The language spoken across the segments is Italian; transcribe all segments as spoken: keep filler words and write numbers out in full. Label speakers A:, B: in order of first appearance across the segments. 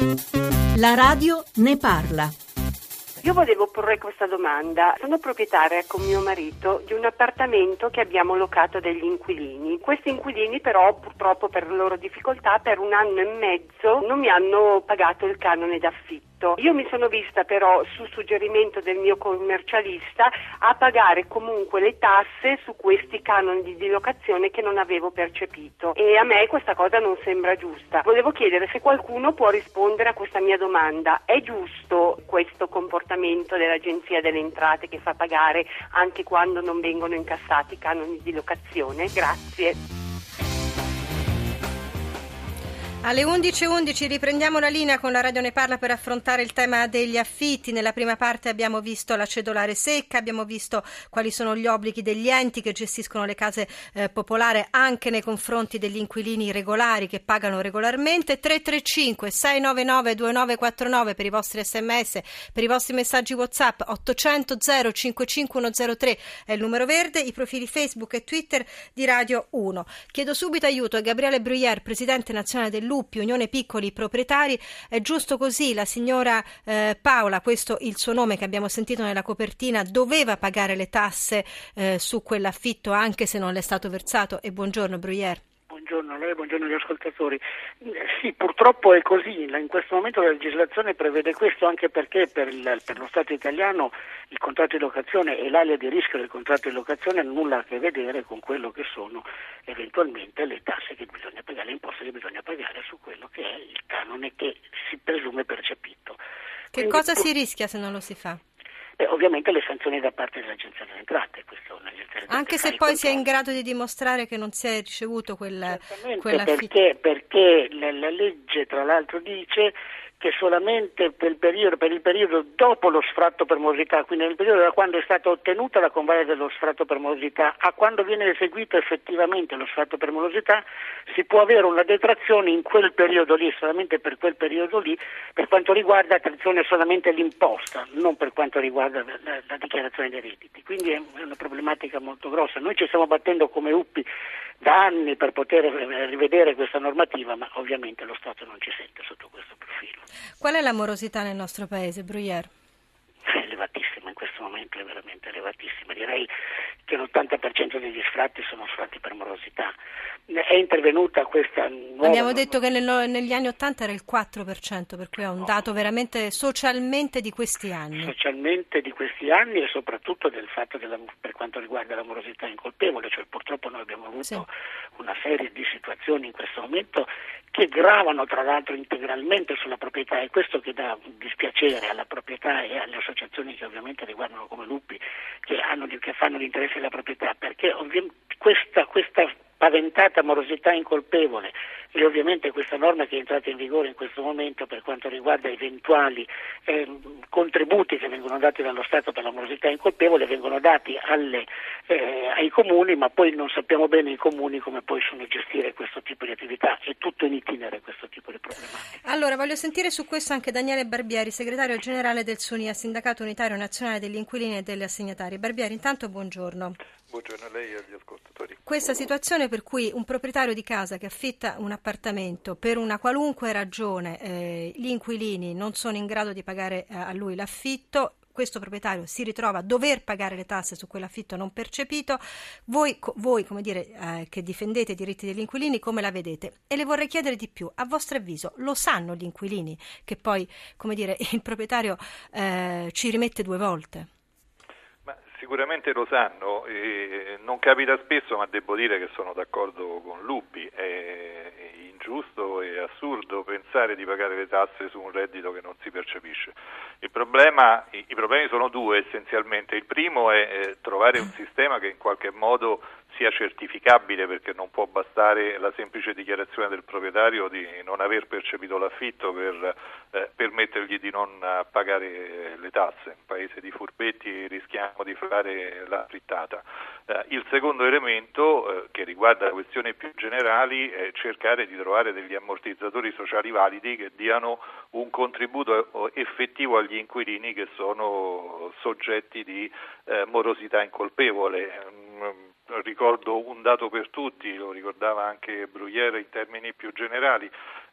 A: La radio ne parla.
B: Io volevo porre questa domanda. Sono proprietaria con mio marito di un appartamento che abbiamo locato degli inquilini. Questi inquilini però purtroppo per loro difficoltà per un anno e mezzo non mi hanno pagato il canone d'affitto. Io mi sono vista però su suggerimento del mio commercialista a pagare comunque le tasse su questi canoni di locazione che non avevo percepito e a me questa cosa non sembra giusta. Volevo chiedere se qualcuno può rispondere a questa mia domanda. È giusto questo comportamento dell'Agenzia delle Entrate che fa pagare anche quando non vengono incassati i canoni di locazione? Grazie.
C: Alle undici e undici riprendiamo la linea con la Radio Ne Parla per affrontare il tema degli affitti. Nella prima parte abbiamo visto la cedolare secca, abbiamo visto quali sono gli obblighi degli enti che gestiscono le case eh, popolari anche nei confronti degli inquilini regolari che pagano regolarmente. Tre tre cinque sei nove nove due nove quattro nove per i vostri sms, per i vostri messaggi WhatsApp. Ottocento zero cinque cinque uno zero tre è il numero verde, i profili Facebook e Twitter di Radio uno. Chiedo subito aiuto a Gabriele Bruyère, presidente nazionale del Luppi, Unione Piccoli Proprietari. È giusto così? La signora eh, Paola, questo il suo nome che abbiamo sentito nella copertina, doveva pagare le tasse eh, su quell'affitto anche se non le è stato versato? E buongiorno Bruyère.
D: Buongiorno a lei, buongiorno agli ascoltatori. Sì, purtroppo è così. In questo momento la legislazione prevede questo anche perché per, il, per lo Stato italiano il contratto di locazione e l'area di rischio del contratto di locazione hanno nulla a che vedere con quello che sono eventualmente le tasse che bisogna pagare, le imposte che bisogna pagare su quello che è il canone che si presume percepito.
C: Che
D: Quindi,
C: cosa
D: pur...
C: si rischia se non lo si fa?
D: Beh, ovviamente le sanzioni da parte dell'Agenzia delle Entrate, questo è un'agenzia delle Entrate.
C: Anche se poi si è in grado di dimostrare che non si è ricevuto quel, quell'affitto.
D: Perché, perché la, la legge tra l'altro dice che solamente per il periodo, per il periodo dopo lo sfratto per morosità, quindi nel periodo da quando è stata ottenuta la convalida dello sfratto per morosità a quando viene eseguito effettivamente lo sfratto per morosità, si può avere una detrazione in quel periodo lì, solamente per quel periodo lì, per quanto riguarda, attenzione, solamente l'imposta, non per quanto riguarda la, la, la dichiarazione dei redditi. Quindi è una problematica molto grossa. Noi ci stiamo battendo come U P I da anni per poter rivedere questa normativa, ma ovviamente lo Stato non ci sente sotto questo profilo.
C: Qual è la morosità nel nostro paese, Bruyère?
D: È elevatissima, in questo momento è veramente elevatissima. Direi che l'ottanta per cento degli sfratti sono sfratti per morosità. È intervenuta questa nuova...
C: Abbiamo detto che nel, negli anni ottanta era il quattro per cento, per cui è un dato veramente socialmente di questi anni.
D: Socialmente di questi anni e soprattutto del fatto della, per quanto riguarda la morosità incolpevole, cioè purtroppo noi abbiamo avuto sì. una serie di situazioni in questo momento che gravano tra l'altro integralmente sulla proprietà, e questo che dà dispiacere alla proprietà e alle associazioni che ovviamente riguardano come Luppi, che, hanno, che fanno l'interesse della proprietà, perché ovvi- questa, questa paventata morosità incolpevole e ovviamente questa norma che è entrata in vigore in questo momento per quanto riguarda eventuali eh, contributi che vengono dati dallo Stato per la morosità incolpevole vengono dati alle, eh, ai comuni, ma poi non sappiamo bene i comuni come possono gestire questo tipo di attività, è tutto in itinere questo tipo di problematica.
C: Allora voglio sentire su questo anche Daniele Barbieri, segretario generale del SUNIA, Sindacato Unitario Nazionale degli Inquilini e degli Assegnatari. Barbieri, intanto buongiorno.
E: Buongiorno a lei e agli ascoltatori.
C: Questa situazione per cui un proprietario di casa che affitta un appartamento per una qualunque ragione eh, gli inquilini non sono in grado di pagare eh, a lui l'affitto, questo proprietario si ritrova a dover pagare le tasse su quell'affitto non percepito. Voi, co- voi come dire, eh, che difendete i diritti degli inquilini, come la vedete? E le vorrei chiedere di più, a vostro avviso lo sanno gli inquilini che poi, come dire, il proprietario eh, ci rimette due volte?
E: Sicuramente lo sanno, eh, non capita spesso, ma devo dire che sono d'accordo con Luppi. È ingiusto e assurdo pensare di pagare le tasse su un reddito che non si percepisce. Il problema, i, i problemi sono due essenzialmente. Il primo è eh, trovare un sistema che in qualche modo sia certificabile, perché non può bastare la semplice dichiarazione del proprietario di non aver percepito l'affitto per eh, permettergli di non pagare le tasse. In paese di furbetti rischiamo di fare la frittata. Eh, il secondo elemento eh, che riguarda questioni più generali è cercare di trovare degli ammortizzatori sociali validi che diano un contributo effettivo agli inquilini che sono soggetti di eh, morosità incolpevole. Ricordo un dato per tutti, lo ricordava anche Bruyère in termini più generali,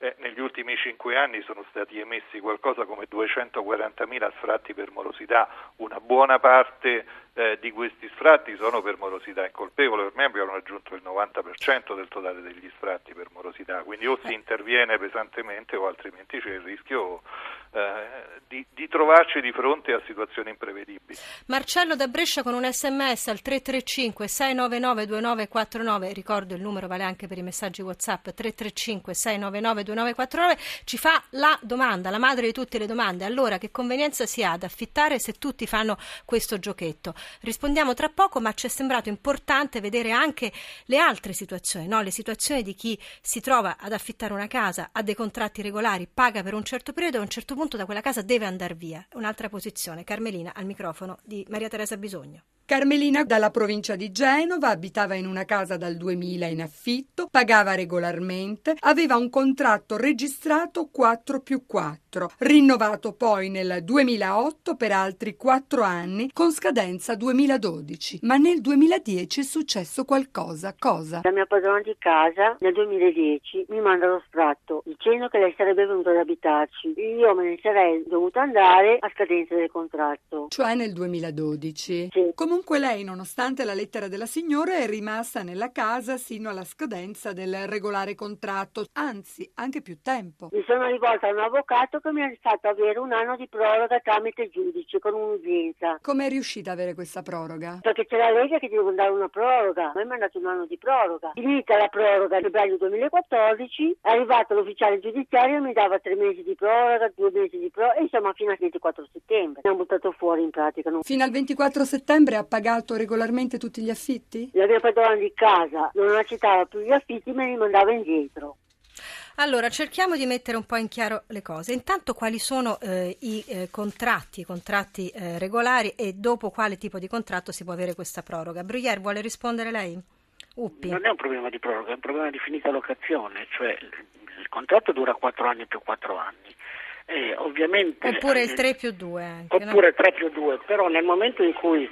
E: eh, negli ultimi cinque anni sono stati emessi qualcosa come duecentoquarantamila sfratti per morosità, una buona parte eh, di questi sfratti sono per morosità incolpevole, per me abbiamo raggiunto il novanta per cento del totale degli sfratti per morosità, quindi o si interviene pesantemente o altrimenti c'è il rischio eh, di, di trovarci di fronte a situazioni imprevedibili.
C: Marcello da Brescia con un sms al tre tre cinque sei nove nove due nove quattro nove, ricordo il numero vale anche per i messaggi WhatsApp, tre tre cinque sei nove nove due nove quattro nove, ci fa la domanda, la madre di tutte le domande: allora che convenienza si ha ad affittare se tutti fanno questo giochetto? Rispondiamo tra poco, ma ci è sembrato importante vedere anche le altre situazioni, no? Le situazioni di chi si trova ad affittare una casa, ha dei contratti regolari, paga per un certo periodo e a un certo punto da quella casa deve andare via. Un'altra posizione. Carmelina al microfono di Maria Teresa Bisogno.
F: Carmelina dalla provincia di Genova, abitava in una casa dal duemila in affitto, pagava regolarmente, aveva un contratto registrato quattro più quattro, rinnovato poi nel duemilaotto per altri quattro anni con scadenza duemiladodici. Ma nel duemiladieci è successo qualcosa. Cosa?
G: La mia padrona di casa nel duemiladieci mi manda lo sfratto dicendo che lei sarebbe venuta ad abitarci. Io me ne sarei dovuta andare a scadenza del contratto.
F: Cioè nel duemiladodici?
G: Sì.
F: Comunque lei, nonostante la lettera della signora, è rimasta nella casa sino alla scadenza del regolare contratto, anzi anche più tempo.
G: Mi sono rivolta a un avvocato che mi ha fatto avere un anno di proroga tramite giudice con un'udienza.
F: Come è riuscita a avere questa proroga?
G: Perché c'è la legge che devo dare una proroga, mi ha mandato un anno di proroga. Finita la proroga nel febbraio duemilaquattordici, è arrivato l'ufficiale giudiziario e mi dava tre mesi di proroga, due mesi di proroga, e insomma fino al ventiquattro settembre. Mi hanno buttato fuori in pratica. Non...
F: Fino al ventiquattro settembre ha pagato regolarmente tutti gli affitti?
G: La mia padrona di casa non accettava più gli affitti, me li mandava indietro.
C: Allora, cerchiamo di mettere un po' in chiaro le cose. Intanto, quali sono eh, i eh, contratti, i contratti eh, regolari, e dopo quale tipo di contratto si può avere questa proroga? Bruyère, vuole rispondere lei? Uppi.
D: Non è un problema di proroga, è un problema di finita locazione, cioè il contratto dura quattro anni più quattro anni. Eh, ovviamente,
C: oppure
D: eh,
C: il tre più due anche,
D: oppure
C: no?
D: tre più due, però nel momento in cui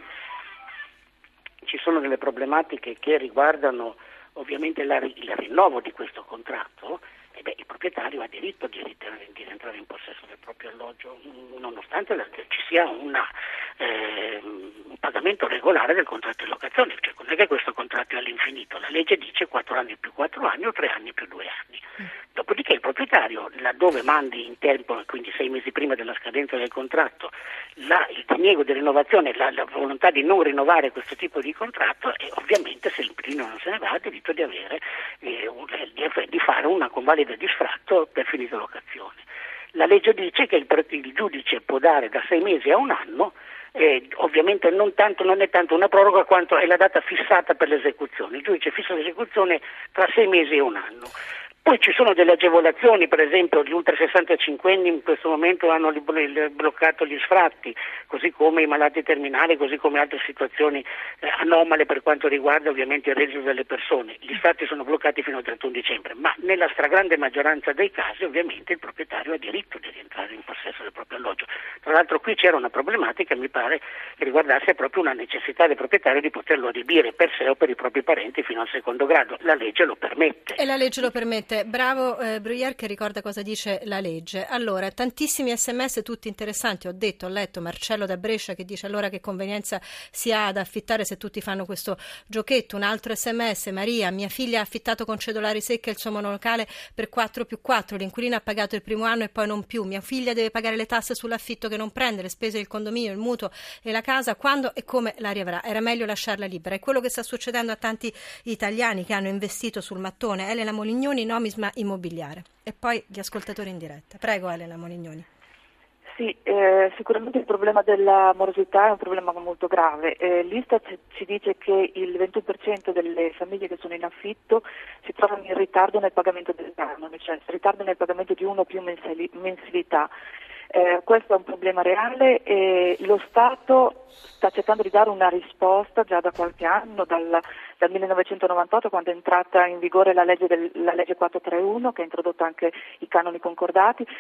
D: ci sono delle problematiche che riguardano ovviamente la, il rinnovo di questo contratto, eh beh, il proprietario ha diritto di, di entrare in possesso del proprio alloggio, nonostante ci sia una, eh, un pagamento regolare del contratto di locazione, cioè non è che questo contratto è all'infinito, la legge dice quattro anni più quattro anni o tre anni più due anni. Dopodiché il proprietario, laddove mandi in tempo, quindi sei mesi prima della scadenza del contratto, la, il diniego di rinnovazione, la, la volontà di non rinnovare questo tipo di contratto, e ovviamente se l'inquilino non se ne va ha diritto di avere eh, un, di, di fare una convalida di sfratto per finita locazione. La legge dice che il, il giudice può dare da sei mesi a un anno. Eh, ovviamente non, tanto, non è tanto una proroga quanto è la data fissata per l'esecuzione. Il giudice fissa l'esecuzione tra sei mesi e un anno. Poi ci sono delle agevolazioni, per esempio gli ultra sessantacinquenni in questo momento hanno bloccato gli sfratti, così come i malati terminali, così come altre situazioni eh, anomale per quanto riguarda ovviamente il reddito delle persone. Gli sfratti sono bloccati fino al trentuno dicembre, ma nella stragrande maggioranza dei casi ovviamente il proprietario ha diritto di rientrare in possesso del proprio alloggio. Tra l'altro qui c'era una problematica, mi pare, che riguardasse proprio una necessità del proprietario di poterlo adibire per sé o per i propri parenti fino al secondo grado. La legge lo permette.
C: E la legge lo permette. Bravo eh, Bruyère che ricorda cosa dice la legge. Allora, tantissimi sms tutti interessanti, ho detto, ho letto Marcello da Brescia che dice allora che convenienza si ha ad affittare se tutti fanno questo giochetto. Un altro sms, Maria, mia figlia ha affittato con cedolari secche il suo monolocale per quattro più quattro, l'inquilino ha pagato il primo anno e poi non più, mia figlia deve pagare le tasse sull'affitto che non prende, le spese del condominio, il mutuo e la casa, quando e come la riavrà? Era meglio lasciarla libera. È quello che sta succedendo a tanti italiani che hanno investito sul mattone. Elena Molignoni, Nomisma Immobiliare. E poi gli ascoltatori in diretta. Prego Elena Molignoni.
H: Sì, eh, sicuramente il problema della morosità è un problema molto grave. Eh, L'Istat ci dice che il ventuno per cento delle famiglie che sono in affitto si trovano in ritardo nel pagamento del canone, cioè ritardo nel pagamento di uno o più mensili- mensilità. Eh, questo è un problema reale e lo Stato sta cercando di dare una risposta già da qualche anno, dal, dal millenovecentonovantotto, quando è entrata in vigore la legge, del, la legge quattrocentotrentuno, che ha introdotto anche i canoni concordati.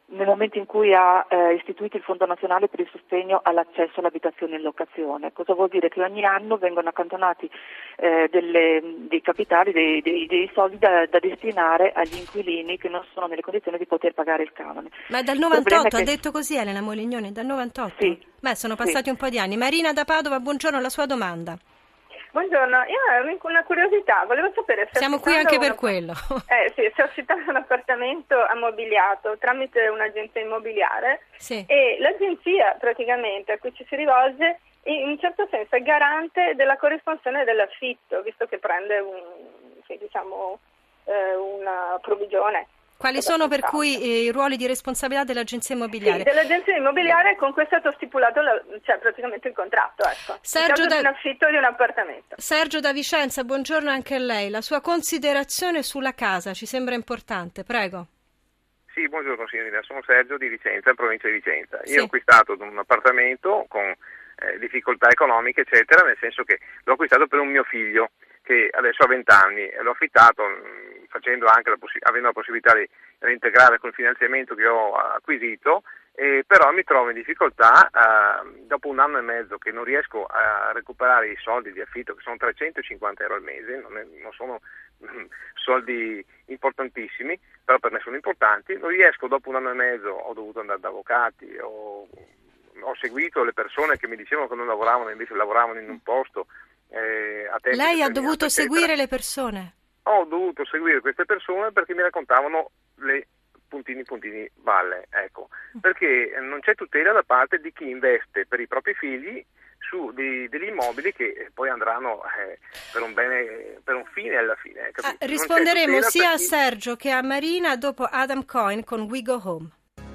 H: nel momento in cui ha eh, istituito il Fondo Nazionale per il Sostegno all'accesso all'abitazione in locazione. Cosa vuol dire? Che ogni anno vengono accantonati eh, delle, dei capitali, dei, dei, dei soldi da, da destinare agli inquilini che non sono nelle condizioni di poter pagare il canone.
C: Ma dal novantotto,
H: che...
C: ha detto così Elena Molignoni, dal novantotto?
H: Sì.
C: Beh, sono passati
H: sì.
C: un po' di anni. Marina da Padova, buongiorno, la sua domanda.
I: Buongiorno, io ho una curiosità, volevo sapere se
C: siamo qui anche per
I: una...
C: quello.
I: Eh sì, se ho affittato un appartamento ammobiliato tramite un'agenzia immobiliare
C: sì.
I: e l'agenzia praticamente a cui ci si rivolge in un certo senso è garante della corrispondenza dell'affitto, visto che prende un, sì, diciamo, eh, una provvigione.
C: Quali sono per cui eh, i ruoli di responsabilità dell'agenzia immobiliare?
I: Sì, dell'agenzia immobiliare con cui è stato stipulato la, cioè praticamente il contratto, ecco.
C: Sergio
I: il
C: da...
I: di un affitto di un appartamento.
C: Sergio da Vicenza, buongiorno anche a lei. La sua considerazione sulla casa ci sembra importante, prego.
J: Sì, buongiorno signorina, sono Sergio di Vicenza, in provincia di Vicenza. Io
C: sì.
J: ho acquistato un appartamento con eh, difficoltà economiche, eccetera, nel senso che l'ho acquistato per un mio figlio che adesso ha venti anni e l'ho affittato mh, facendo anche la possi- avendo la possibilità di reintegrare col finanziamento che ho acquisito, eh, però mi trovo in difficoltà eh, dopo un anno e mezzo che non riesco a recuperare i soldi di affitto, che sono trecentocinquanta euro al mese, non, è, non sono mh, soldi importantissimi, però per me sono importanti, non riesco, dopo un anno e mezzo ho dovuto andare da avvocati, ho, ho seguito le persone che mi dicevano che non lavoravano, invece lavoravano in un posto. Eh, a
C: Lei ha dovuto eccetera. seguire le persone?
J: Ho dovuto seguire queste persone perché mi raccontavano le puntini puntini balle, ecco, perché non c'è tutela da parte di chi investe per i propri figli su di, degli immobili che poi andranno eh, per un bene, per un fine alla fine.
C: Ah, risponderemo sia a Sergio che a Marina dopo Adam Cohen con We Go Home.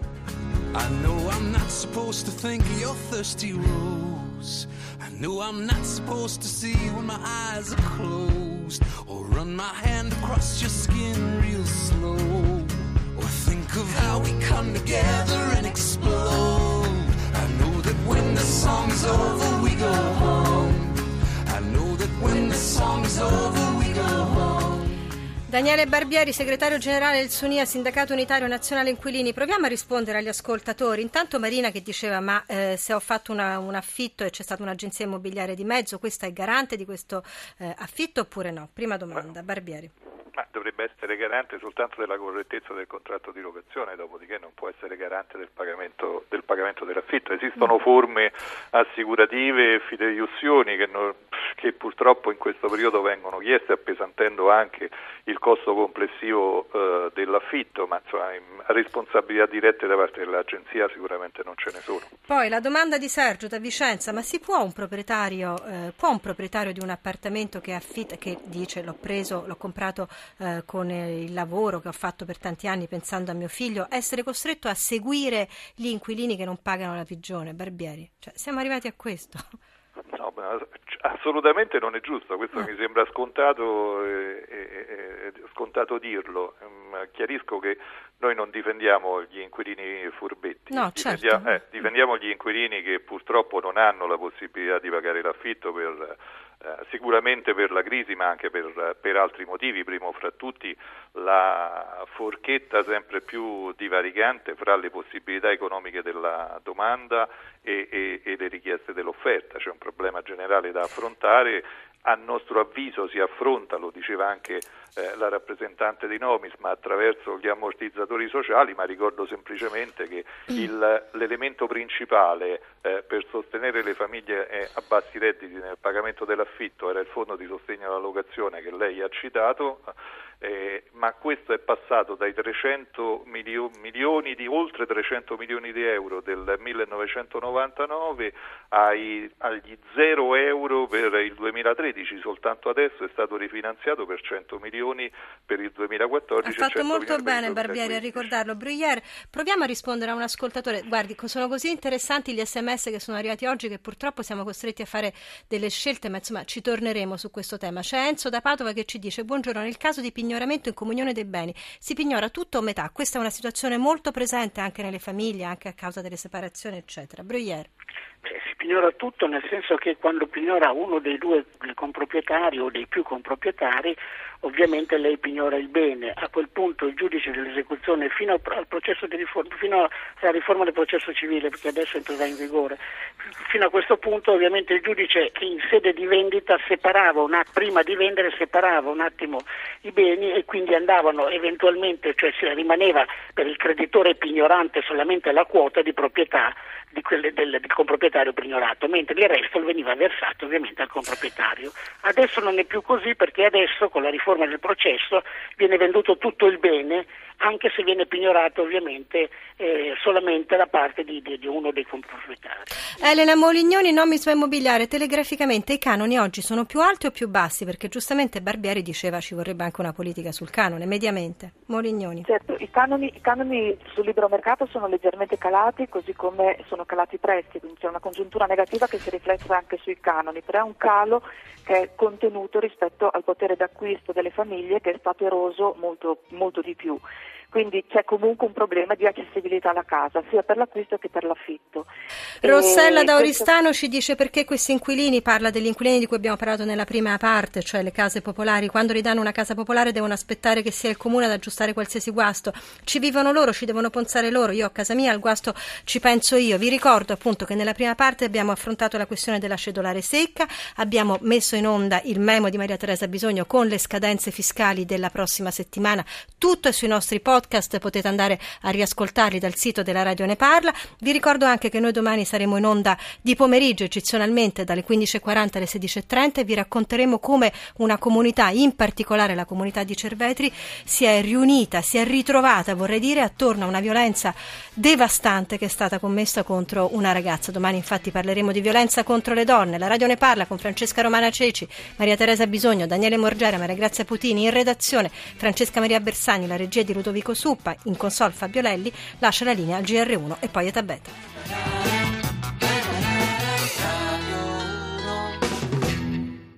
K: I know I'm not supposed to think of your thirsty rose. I know I'm not supposed to see when my eyes are closed, or run my hand across your skin real slow, or think of how we come together and explode. I know that when the song's over we go home. I know that when the song's over we go home.
C: Daniele Barbieri, segretario generale del SUNIA, Sindacato Unitario Nazionale Inquilini. Proviamo a rispondere agli ascoltatori. Intanto Marina che diceva ma eh, se ho fatto una, un affitto e c'è stata un'agenzia immobiliare di mezzo, questa è garante di questo eh, affitto oppure no? Prima domanda, Barbieri.
E: Ma dovrebbe essere garante soltanto della correttezza del contratto di locazione, dopodiché non può essere garante del pagamento, del pagamento dell'affitto. Esistono forme assicurative e fideiussioni che, non, che purtroppo in questo periodo vengono chieste, appesantendo anche il costo complessivo eh, dell'affitto, ma insomma responsabilità dirette da parte dell'agenzia sicuramente non ce ne sono.
C: Poi la domanda di Sergio da Vicenza: ma si può un proprietario eh, può un proprietario di un appartamento che affitta, che dice l'ho preso, l'ho comprato eh, con il lavoro che ho fatto per tanti anni pensando a mio figlio, essere costretto a seguire gli inquilini che non pagano la pigione? Barbieri, cioè, siamo arrivati a questo?
E: No, assolutamente non è giusto, questo
C: no.
E: mi sembra scontato, eh, eh, scontato dirlo. Um, chiarisco che noi non difendiamo gli inquilini furbetti,
C: no,
E: difendiamo,
C: certo.
E: eh, difendiamo gli inquilini che purtroppo non hanno la possibilità di pagare l'affitto per eh, sicuramente per la crisi, ma anche per, per altri motivi, primo fra tutti la forchetta sempre più divaricante fra le possibilità economiche della domanda e, e, e le richieste dell'offerta. C'è un problema generale da affrontare. A nostro avviso si affronta, lo diceva anche eh, la rappresentante di Nomisma, attraverso gli ammortizzatori sociali, ma ricordo semplicemente che il, l'elemento principale eh, per sostenere le famiglie eh, a bassi redditi nel pagamento dell'affitto era il fondo di sostegno alla locazione che lei ha citato, eh, ma questo è passato dai trecento milio- milioni di oltre trecento milioni di euro del millenovecentonovantanove ai, agli zero euro per il duemilatredici. Soltanto adesso è stato rifinanziato per cento milioni per il duemilaquattordici.
C: Ha fatto molto bene Barbieri a ricordarlo. Bruyère, proviamo a rispondere a un ascoltatore. Guardi, sono così interessanti gli sms che sono arrivati oggi che purtroppo siamo costretti a fare delle scelte, ma insomma ci torneremo su questo tema. C'è Enzo da Padova che ci dice: buongiorno, nel caso di pignoramento in comunione dei beni si pignora tutto o metà? Questa è una situazione molto presente anche nelle famiglie, anche a causa delle separazioni eccetera. Bruyère.
D: Beh, si pignora tutto, nel senso che quando pignora uno dei due comproprietari o dei più comproprietari, ovviamente lei pignora il bene. A quel punto il giudice dell'esecuzione, fino al processo di riforma, fino alla riforma del processo civile, perché adesso entrerà in vigore, fino a questo punto ovviamente il giudice in sede di vendita separava, una, prima di vendere separava un attimo i beni e quindi andavano eventualmente, cioè si rimaneva per il creditore pignorante solamente la quota di proprietà di quelle del, del comproprietario pignorato, mentre il resto veniva versato ovviamente al comproprietario. Adesso non è più così, perché adesso con la riforma del processo viene venduto tutto il bene, anche se viene pignorato ovviamente eh, solamente da parte di, di, di uno dei comproprietari.
C: Elena Molignoni, Nomisma Immobiliare, telegraficamente i canoni oggi sono più alti o più bassi? Perché giustamente Barbieri diceva ci vorrebbe anche una politica sul canone, mediamente. Molignoni.
H: Certo, i canoni, i canoni sul libero mercato sono leggermente calati, così come sono calati i prezzi, quindi c'è una congiuntura negativa che si riflette anche sui canoni, però è un calo che è contenuto rispetto al potere d'acquisto delle famiglie, che è stato eroso molto, molto di più. Quindi c'è comunque un problema di accessibilità alla casa, sia per l'acquisto che per l'affitto.
C: Rossella
H: e
C: da Oristano
H: questo...
C: ci dice perché questi inquilini, parla degli inquilini di cui abbiamo parlato nella prima parte, cioè le case popolari, quando ridanno una casa popolare devono aspettare che sia il comune ad aggiustare qualsiasi guasto. Ci vivono loro, ci devono pensare loro, io a casa mia al guasto ci penso io. Vi ricordo appunto che nella prima parte abbiamo affrontato la questione della cedolare secca, abbiamo messo in onda il memo di Maria Teresa Bisogno con le scadenze fiscali della prossima settimana, tutto è sui nostri podcast. Potete andare a riascoltarli dal sito della Radio Ne Parla. Vi ricordo anche che noi domani saremo in onda di pomeriggio, eccezionalmente dalle quindici e quaranta alle sedici e trenta, e vi racconteremo come una comunità, in particolare la comunità di Cervetri, si è riunita, si è ritrovata, vorrei dire, attorno a una violenza devastante che è stata commessa contro una ragazza. Domani infatti parleremo di violenza contro le donne. La Radio Ne Parla con Francesca Romana Ceci, Maria Teresa Bisogno, Daniele Morgera, Maria Grazia Putini, in redazione Francesca Maria Bersani, la regia di Ludovico Suppa, in console Fabio Lelli. Lascia la linea al G R uno e poi a Tabetta.